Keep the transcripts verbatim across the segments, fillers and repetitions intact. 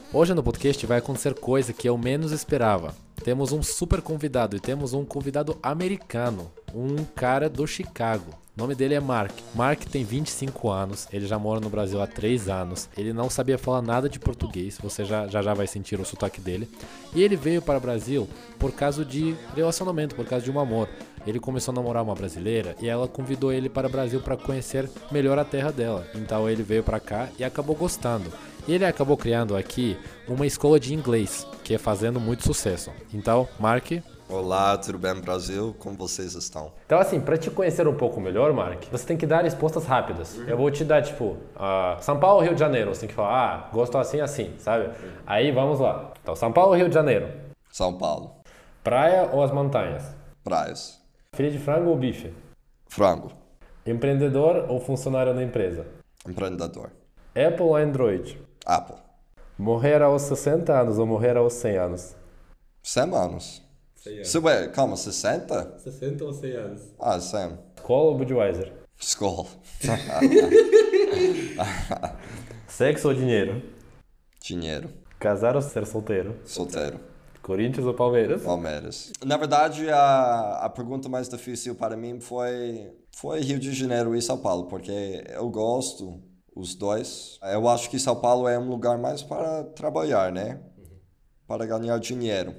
Hoje no podcast vai acontecer coisa que eu menos esperava. Temos um super convidado e temos um convidado americano, um cara do Chicago. O nome dele é Mark. Mark tem vinte e cinco anos, ele já mora no Brasil há três anos, ele não sabia falar nada de português, você já, já já vai sentir o sotaque dele. E ele veio para o Brasil por causa de relacionamento, por causa de um amor. Ele começou a namorar uma brasileira e ela convidou ele para o Brasil para conhecer melhor a terra dela. Então ele veio para cá e acabou gostando. E ele acabou criando aqui uma escola de inglês, que é fazendo muito sucesso. Então, Mark... Olá, tudo bem, Brasil? Como vocês estão? Então, assim, para te conhecer um pouco melhor, Mark, você tem que dar respostas rápidas. Uhum. Eu vou te dar, tipo, uh, São Paulo, Rio de Janeiro. Você tem que falar, ah, gosto assim, assim, sabe? Uhum. Aí, vamos lá. Então, São Paulo, Rio de Janeiro. São Paulo. Praia ou as montanhas? Praias. Filé de frango ou bife? Frango. Empreendedor ou funcionário da empresa? Empreendedor. Apple ou Android? Apple. Morrer aos sessenta anos ou morrer aos cem anos? cem anos. cem anos. Se, ué, calma, sessenta? sessenta ou cem anos? Ah, cem. Skol ou Budweiser? Skol. Sexo ou dinheiro? Dinheiro. Casar ou ser solteiro? Solteiro. Corinthians ou Palmeiras? Palmeiras. Na verdade, a, a pergunta mais difícil para mim foi, foi Rio de Janeiro e São Paulo, porque eu gosto os dois. Eu acho que São Paulo é um lugar mais para trabalhar, né? Uhum. Para ganhar dinheiro.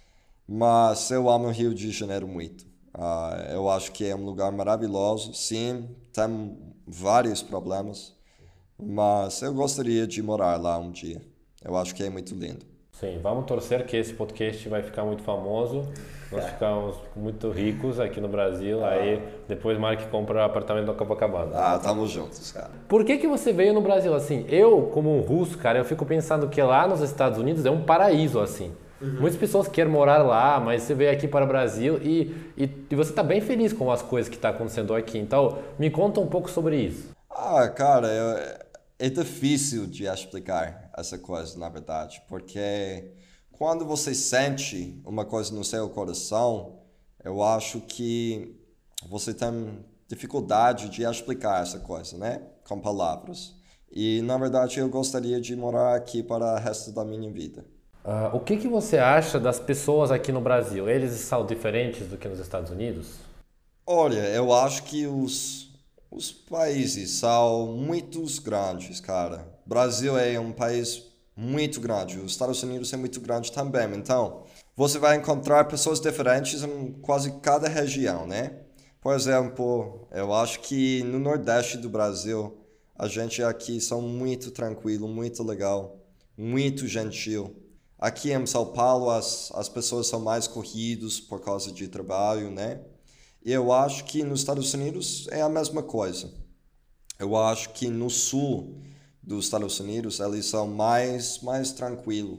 Mas eu amo Rio de Janeiro muito. Uh, eu acho que é um lugar maravilhoso. Sim, tem vários problemas, mas eu gostaria de morar lá um dia. Eu acho que é muito lindo. Sim, vamos torcer que esse podcast vai ficar muito famoso. Nós ficamos muito ricos aqui no Brasil. Ah. Aí depois Mark compra o apartamento da Copacabana. Ah, tamo juntos, cara. Por que que você veio no Brasil assim? Eu, como um russo, cara, eu fico pensando que lá nos Estados Unidos é um paraíso assim. Uhum. Muitas pessoas querem morar lá, mas você veio aqui para o Brasil e, e, e você está bem feliz com as coisas que estão tá acontecendo aqui. Então, me conta um pouco sobre isso. Ah, cara, eu... É difícil de explicar essa coisa, na verdade, porque quando você sente uma coisa no seu coração, eu acho que você tem dificuldade de explicar essa coisa, né? Com palavras. E, na verdade, eu gostaria de morar aqui para o resto da minha vida. Uh, o que que você acha das pessoas aqui no Brasil? Eles são diferentes do que nos Estados Unidos? Olha, eu acho que os... Os países são muito grandes, cara. O Brasil é um país muito grande. Os Estados Unidos é muito grande também. Então, você vai encontrar pessoas diferentes em quase cada região, né? Por exemplo, eu acho que no Nordeste do Brasil, a gente aqui são muito tranquilo, muito legal, muito gentil. Aqui em São Paulo, as, as pessoas são mais corridas por causa de trabalho, né? E eu acho que nos Estados Unidos é a mesma coisa. Eu acho que no sul dos Estados Unidos eles são mais, mais tranquilos,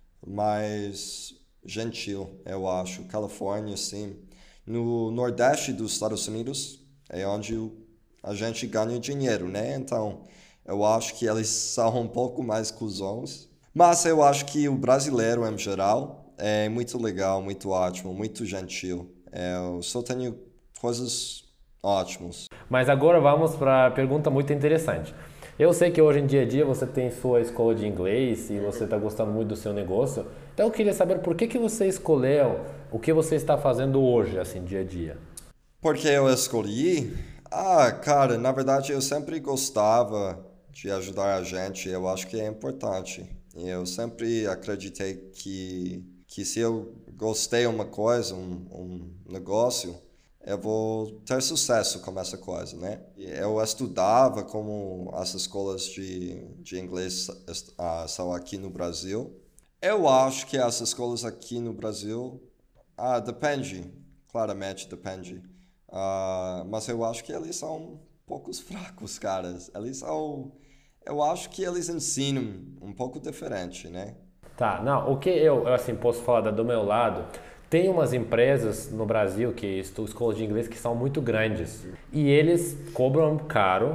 mais gentil, eu acho. Califórnia, sim. No nordeste dos Estados Unidos é onde a gente ganha dinheiro, né? Então, eu acho que eles são um pouco mais cuzões. Mas eu acho que o brasileiro, em geral, é muito legal, muito ótimo, muito gentil. Eu só tenho coisas ótimas. Mas agora vamos para a pergunta muito interessante. Eu sei que hoje em dia a dia você tem sua escola de inglês e você está gostando muito do seu negócio. Então eu queria saber por que que você escolheu o que você está fazendo hoje, assim, dia a dia. Porque eu escolhi? Ah, cara, na verdade eu sempre gostava de ajudar a gente. Eu acho que é importante. E eu sempre acreditei que, que se eu gostei de uma coisa, um, um negócio, eu vou ter sucesso com essa coisa, né? Eu estudava como as escolas de, de inglês uh, são aqui no Brasil. Eu acho que as escolas aqui no Brasil, ah, depende, claramente depende. Uh, mas eu acho que eles são um pouco fracos, caras. Eles são, eu acho que eles ensinam um pouco diferente, né? Tá, não, o que eu, assim, posso falar do meu lado... Tem umas empresas no Brasil que estão escolas de inglês que são muito grandes e eles cobram caro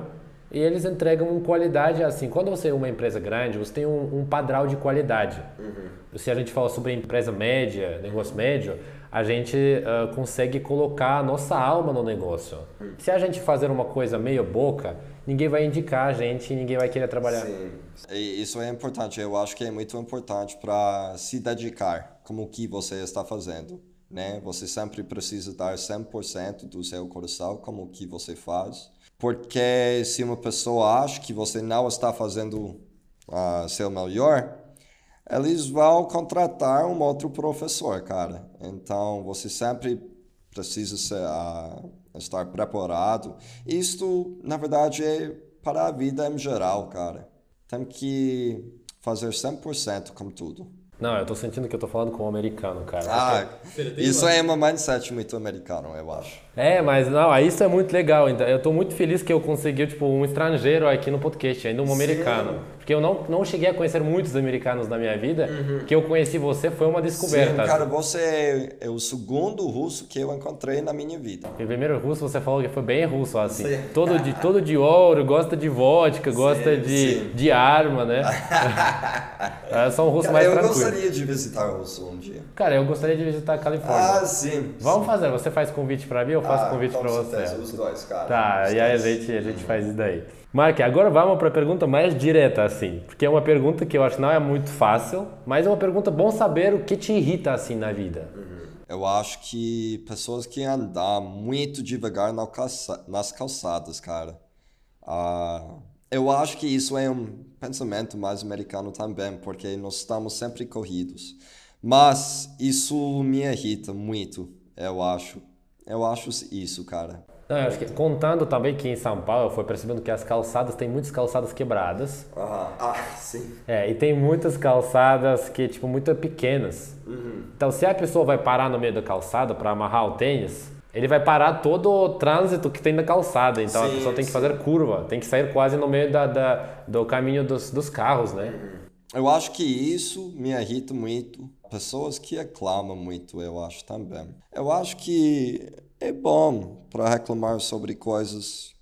e eles entregam uma qualidade assim. Quando você é uma empresa grande, você tem um, um padrão de qualidade. Uhum. Se a gente fala sobre empresa média, negócio médio, a gente uh, consegue colocar a nossa alma no negócio. Uhum. Se a gente fazer uma coisa meio boca, ninguém vai indicar a gente e ninguém vai querer trabalhar. Sim, e isso é importante. Eu acho que é muito importante para se dedicar como que você está fazendo, né? Você sempre precisa dar cem por cento do seu coração como que você faz. Porque se uma pessoa acha que você não está fazendo uh, seu melhor, eles vão contratar um outro professor, cara. Então, você sempre precisa ser, uh, estar preparado. Isto, na verdade, é para a vida em geral, cara. Tem que fazer cem por cento com tudo. Não, eu tô sentindo que eu tô falando com um americano, cara. Ah, isso é uma mindset muito americano, eu acho. É, mas não, isso é muito legal. Então, eu tô muito feliz que eu consegui, tipo, um estrangeiro aqui no podcast, ainda um americano. Sim. Porque eu não, não cheguei a conhecer muitos americanos na minha vida. Uhum. Que eu conheci você foi uma descoberta. Sim, cara, você é o segundo russo que eu encontrei na minha vida. O primeiro russo você falou que foi bem russo, assim. Sim. Todo de, todo de ouro, gosta de vodka, gosta sim, de, sim. de arma, né? É só um russo cara, mais eu tranquilo. Eu gostaria de visitar o Russo um dia. Cara, eu gostaria de visitar a Califórnia. Ah, sim. Vamos sim. fazer, você faz convite pra mim ou eu faço ah, convite pra você? Certeza, os dois, cara. Tá, os e aí a gente, a gente faz isso daí. Mark, agora vamos para a pergunta mais direta, assim, porque é uma pergunta que eu acho que não é muito fácil, mas é uma pergunta bom saber o que te irrita, assim, na vida. Uhum. Eu acho que pessoas que andam muito devagar nas calçadas, cara. Ah, eu acho que isso é um pensamento mais americano também, porque nós estamos sempre corridos. Mas isso me irrita muito, eu acho. Eu acho isso, cara. Não, eu acho que, contando também que em São Paulo eu fui percebendo que as calçadas, tem muitas calçadas quebradas. Ah, ah sim. É, e tem muitas calçadas que, tipo, muito pequenas. Uhum. Então, se a pessoa vai parar no meio da calçada para amarrar o tênis, ele vai parar todo o trânsito que tem na calçada. Então, sim, a pessoa tem que sim. fazer curva, tem que sair quase no meio da, da, do caminho dos, dos carros, né? Uhum. Eu acho que isso me irrita muito. Pessoas que reclamam muito, eu acho também. Eu acho que é bom para reclamar sobre coisas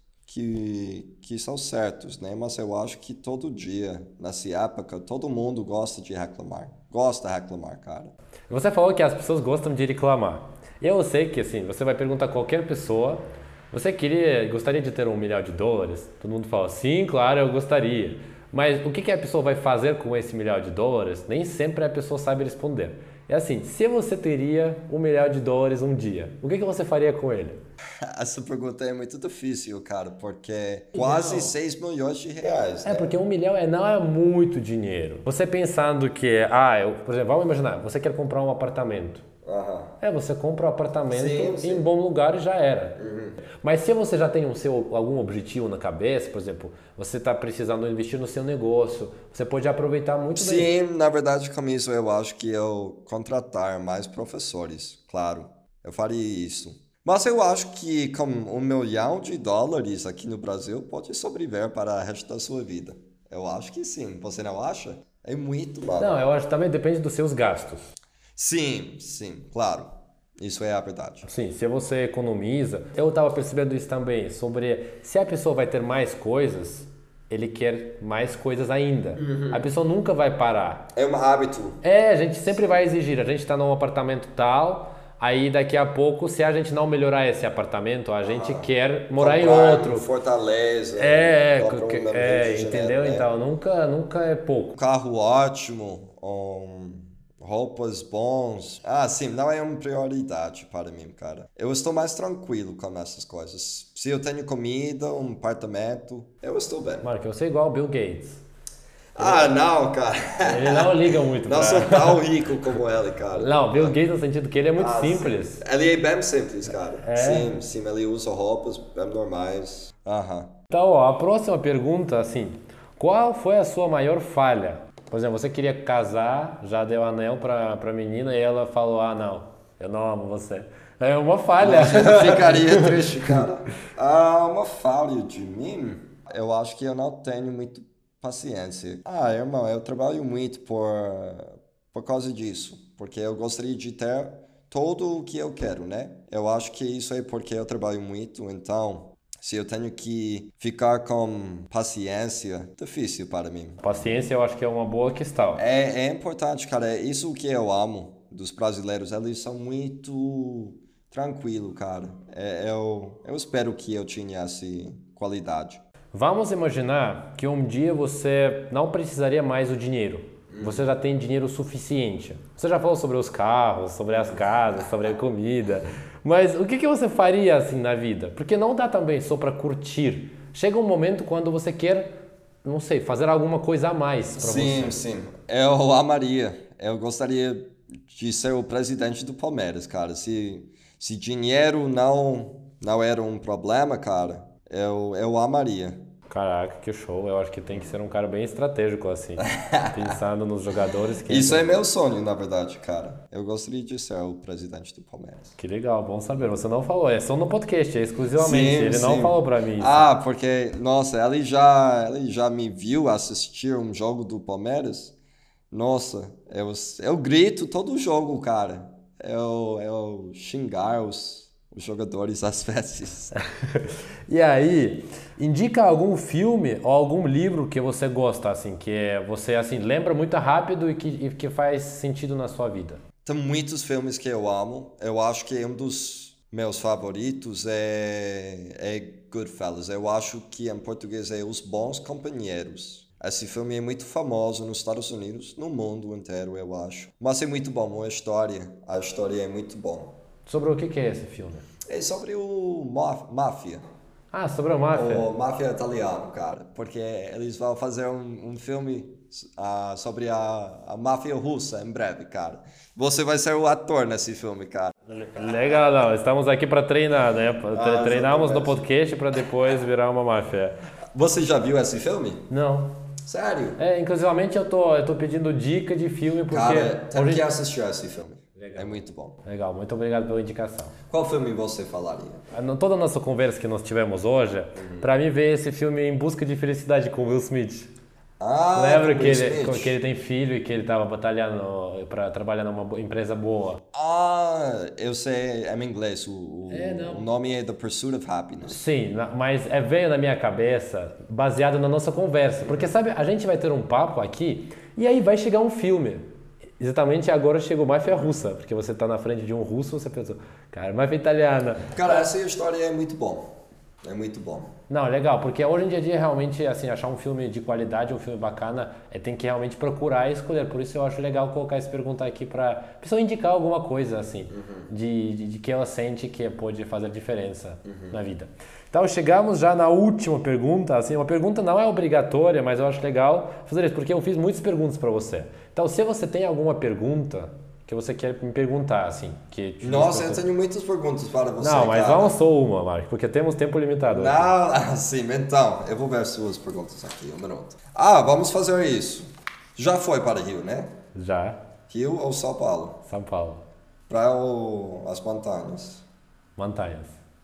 que, que são certas, né? Mas eu acho que todo dia, nessa época, todo mundo gosta de reclamar. Gosta de reclamar, cara. Você falou que as pessoas gostam de reclamar. Eu sei que, assim, você vai perguntar a qualquer pessoa, você queria, gostaria de ter um milhão de dólares? Todo mundo fala, sim, claro, eu gostaria. Mas o que, que a pessoa vai fazer com esse milhão de dólares? Nem sempre a pessoa sabe responder. É assim, se você teria um milhão de dólares um dia, o que, que você faria com ele? Essa pergunta é muito difícil, cara, porque quase não. seis milhões de reais. É, né? porque um milhão é, não é muito dinheiro. Você pensando que, ah, eu, por exemplo, vamos imaginar, você quer comprar um apartamento. Uhum. É, você compra um apartamento sim, sim. em bom lugar e já era. Uhum. Mas se você já tem um seu, algum objetivo na cabeça, por exemplo, você está precisando investir no seu negócio, você pode aproveitar muito sim, bem. Sim, na verdade, com isso eu acho que eu contratar mais professores, claro, eu faria isso. Mas eu acho que com um milhão de dólares aqui no Brasil pode sobreviver para o resto da sua vida. Eu acho que sim, você não acha? É muito bom. Não, eu acho que também depende dos seus gastos. Sim, sim, claro. Isso é a verdade. Sim, se você economiza... Eu estava percebendo isso também, sobre se a pessoa vai ter mais coisas, ele quer mais coisas ainda. Uhum. A pessoa nunca vai parar. É um hábito. É, a gente sempre vai exigir. A gente está num apartamento tal, aí daqui a pouco, se a gente não melhorar esse apartamento, a gente ah, quer morar em outro. Fortaleza. É, é, é entendeu? Né? Então, nunca, nunca é pouco. Um carro ótimo, um... roupas bons. Ah, sim, não é uma prioridade para mim, cara. Eu estou mais tranquilo com essas coisas. Se eu tenho comida, um apartamento, eu estou bem. Marco, eu sou igual o Bill Gates. Ah, ele, não, cara. Ele não liga muito. Não pra... sou tão rico como ele, cara. Não, Bill Gates no sentido que ele é muito ah, simples. Sim. Ele é bem simples, cara. É? Sim, sim, ele usa roupas bem normais. Aham. Então, ó, a próxima pergunta, assim, qual foi a sua maior falha? Por exemplo, você queria casar, já deu anel pra, pra menina e ela falou, ah, não, eu não amo você. É uma falha. Eu ficaria triste, cara. Ah, uma falha de mim? Eu acho que eu não tenho muito paciência. Ah, irmão, eu trabalho muito por, por causa disso. Porque eu gostaria de ter tudo o que eu quero, né? Eu acho que isso é porque eu trabalho muito, então... Se eu tenho que ficar com paciência, difícil para mim. Paciência eu acho que é uma boa questão. É, é importante, cara. É isso que eu amo dos brasileiros. Eles são muito tranquilos, cara. É, eu, eu espero que eu tinha essa qualidade. Vamos imaginar que um dia você não precisaria mais do dinheiro. Você já tem dinheiro suficiente. Você já falou sobre os carros, sobre as casas, sobre a comida. Mas o que, que você faria assim na vida? Porque não dá também só para curtir. Chega um momento quando você quer, não sei, fazer alguma coisa a mais para você. Sim, sim. Eu amaria. Eu gostaria de ser o presidente do Palmeiras, cara. Se, se dinheiro não, não era um problema, cara, eu, eu amaria. Caraca, que show. Eu acho que tem que ser um cara bem estratégico, assim. Pensando nos jogadores que... Isso é meu sonho, na verdade, cara. Eu gostaria de ser o presidente do Palmeiras. Que legal, bom saber. Você não falou, é só no podcast, é exclusivamente. Sim, ele sim. não falou pra mim isso. Ah, porque, nossa, ele já, ele já me viu assistir um jogo do Palmeiras. Nossa, eu, eu grito todo jogo, cara. Eu, eu xingar os... os jogadores às vezes. E aí, indica algum filme ou algum livro que você gosta, assim, que você assim lembra muito rápido e que, e que faz sentido na sua vida? Tem muitos filmes que eu amo. Eu acho que um dos meus favoritos é, é Goodfellas. Eu acho que em português é Os Bons Companheiros. Esse filme é muito famoso nos Estados Unidos, no mundo inteiro, eu acho. Mas é muito bom, a história, a história é muito bom. Sobre o que, que é esse filme? É sobre o máfia. Ah, sobre a máfia? O máfia italiano, cara. Porque eles vão fazer um, um filme uh, sobre a, a máfia russa em breve, cara. Você vai ser o ator nesse filme, cara. Legal, não. Estamos aqui para treinar, né? Ah, Treinamos no podcast para depois virar uma máfia. Você já viu esse filme? Não. Sério? É, inclusivamente eu tô, eu tô pedindo dica de filme porque... Cara, tem hoje... que assistir esse filme. Legal. É muito bom. Legal, muito obrigado pela indicação. Qual filme você falaria? Toda a nossa conversa que nós tivemos hoje, uhum. Pra mim ver esse filme Em Busca de Felicidade com Will Smith. Ah, lembra que Will ele, Smith. que ele tem filho e que ele estava batalhando para trabalhar numa empresa boa? Ah, eu sei, é em inglês, o, o, é, não. o nome é The Pursuit of Happiness. Sim, mas é, veio na minha cabeça baseado na nossa conversa. Porque sabe, a gente vai ter um papo aqui e aí vai chegar um filme. Exatamente agora chegou Máfia Russa, porque você está na frente de um russo, você pensou, cara, máfia italiana. Cara, essa história é muito bom. É muito bom. Não, legal, porque hoje em dia realmente assim, achar um filme de qualidade, um filme bacana, é, tem que realmente procurar e escolher. Por isso eu acho legal colocar essa pergunta aqui para a pessoa indicar alguma coisa assim, uhum. de, de, de que ela sente que pode fazer diferença uhum. na vida. Então chegamos já na última pergunta, assim, uma pergunta não é obrigatória, mas eu acho legal fazer isso, porque eu fiz muitas perguntas para você. Então se você tem alguma pergunta que você quer me perguntar, assim... Que Nossa, eu tenho muitas perguntas para você, Não, mas cara. vamos só uma, Mark, porque temos tempo limitado. Não, aqui. Sim, então, eu vou ver suas perguntas aqui, um minuto. Ah, vamos fazer isso. Já foi para Rio, né? Já. Rio ou São Paulo? São Paulo. Para o... as montanhas? Montanhas.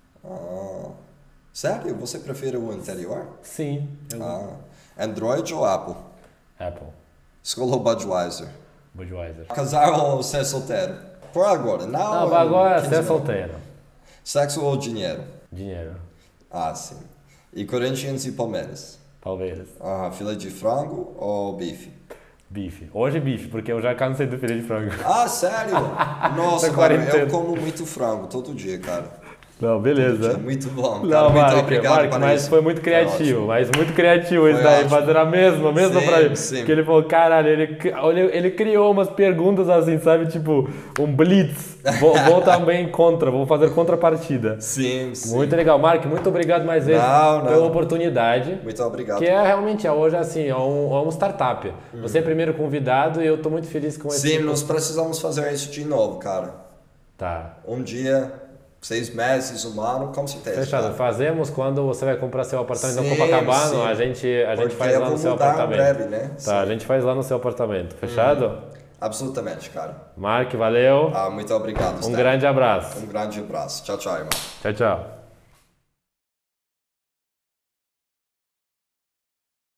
Ah, sério? Você prefere o interior? Sim. Eu... Ah, Android ou Apple? Apple. Escola ou Budweiser? Budweiser. Casar ou ser solteiro? Por agora, não. Não, agora ser solteiro. Sexo ou dinheiro? Dinheiro. Ah, sim. E Corinthians e Palmeiras? Palmeiras. Ah, filé de frango ou bife? Bife. Hoje bife, porque eu já cansei do filé de frango. Ah, sério? Nossa, cara, eu como muito frango todo dia, cara. Não, beleza. Muito bom. Cara, não, muito Mark, obrigado Mark, mas isso. foi muito criativo, mas muito criativo isso daí, fazer a mesma, a mesma sim, pra ele. Sim. Porque ele falou, caralho, ele, ele, ele criou umas perguntas assim, sabe, tipo, um blitz. Vou, vou também contra, vou fazer contrapartida. Sim, sim. Muito legal. Mark, muito obrigado mais vezes não, não. pela oportunidade. Muito obrigado. Que é realmente, hoje assim, é um, é um startup. Hum. Você é o primeiro convidado e eu tô muito feliz com esse... Sim, nós precisamos fazer isso de novo, cara. Tá. Um dia... Seis meses, um ano, com certeza. Fechado. Cara. Fazemos quando você vai comprar seu apartamento sim, no Copacabana, sim. a gente, a gente faz lá no seu apartamento. Breve, né? Tá, sim. A gente faz lá no seu apartamento. Fechado? Hum. Absolutamente, cara. Mark, valeu. Ah, muito obrigado. Um grande abraço. Um grande abraço. Tchau, tchau, irmão. Tchau, tchau.